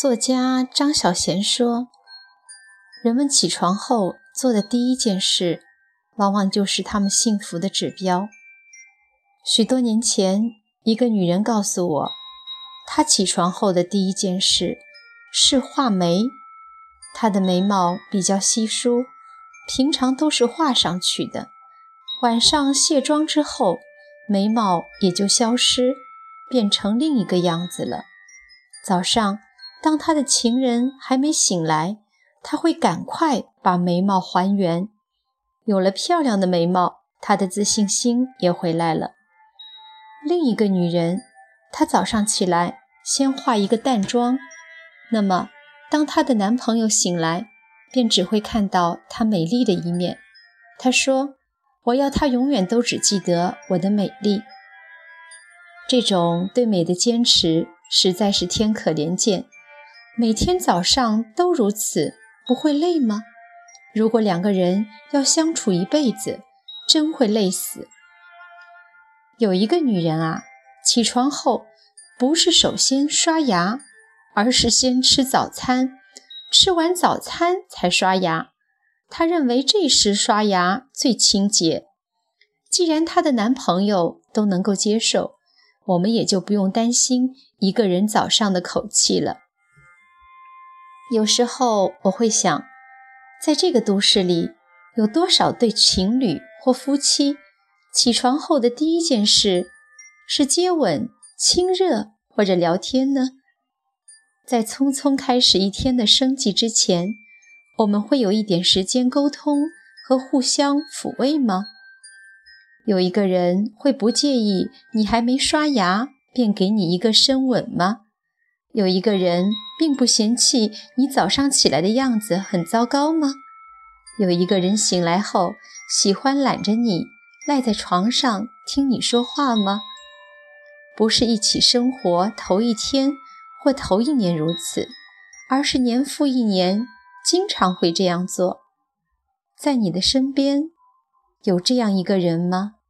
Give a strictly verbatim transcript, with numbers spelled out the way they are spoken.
作家张小娴说，人们起床后做的第一件事，往往就是他们幸福的指标。许多年前，一个女人告诉我，她起床后的第一件事是画眉。她的眉毛比较稀疏，平常都是画上去的，晚上卸妆之后，眉毛也就消失，变成另一个样子了。早上，当她的情人还没醒来，她会赶快把眉毛还原。有了漂亮的眉毛，她的自信心也回来了。另一个女人，她早上起来先化一个淡妆，那么当她的男朋友醒来，便只会看到她美丽的一面。她说，我要她永远都只记得我的美丽。这种对美的坚持实在是天可怜见，每天早上都如此，不会累吗？如果两个人要相处一辈子，真会累死。有一个女人啊，起床后不是首先刷牙，而是先吃早餐，吃完早餐才刷牙。她认为这时刷牙最清洁。既然她的男朋友都能够接受，我们也就不用担心一个人早上的口气了。有时候我会想，在这个都市里，有多少对情侣或夫妻起床后的第一件事是接吻、亲热或者聊天呢？在匆匆开始一天的生计之前，我们会有一点时间沟通和互相抚慰吗？有一个人会不介意你还没刷牙便给你一个深吻吗？有一个人并不嫌弃你早上起来的样子很糟糕吗？有一个人醒来后喜欢揽着你赖在床上听你说话吗？不是一起生活头一天或头一年如此，而是年复一年，经常会这样做。在你的身边，有这样一个人吗？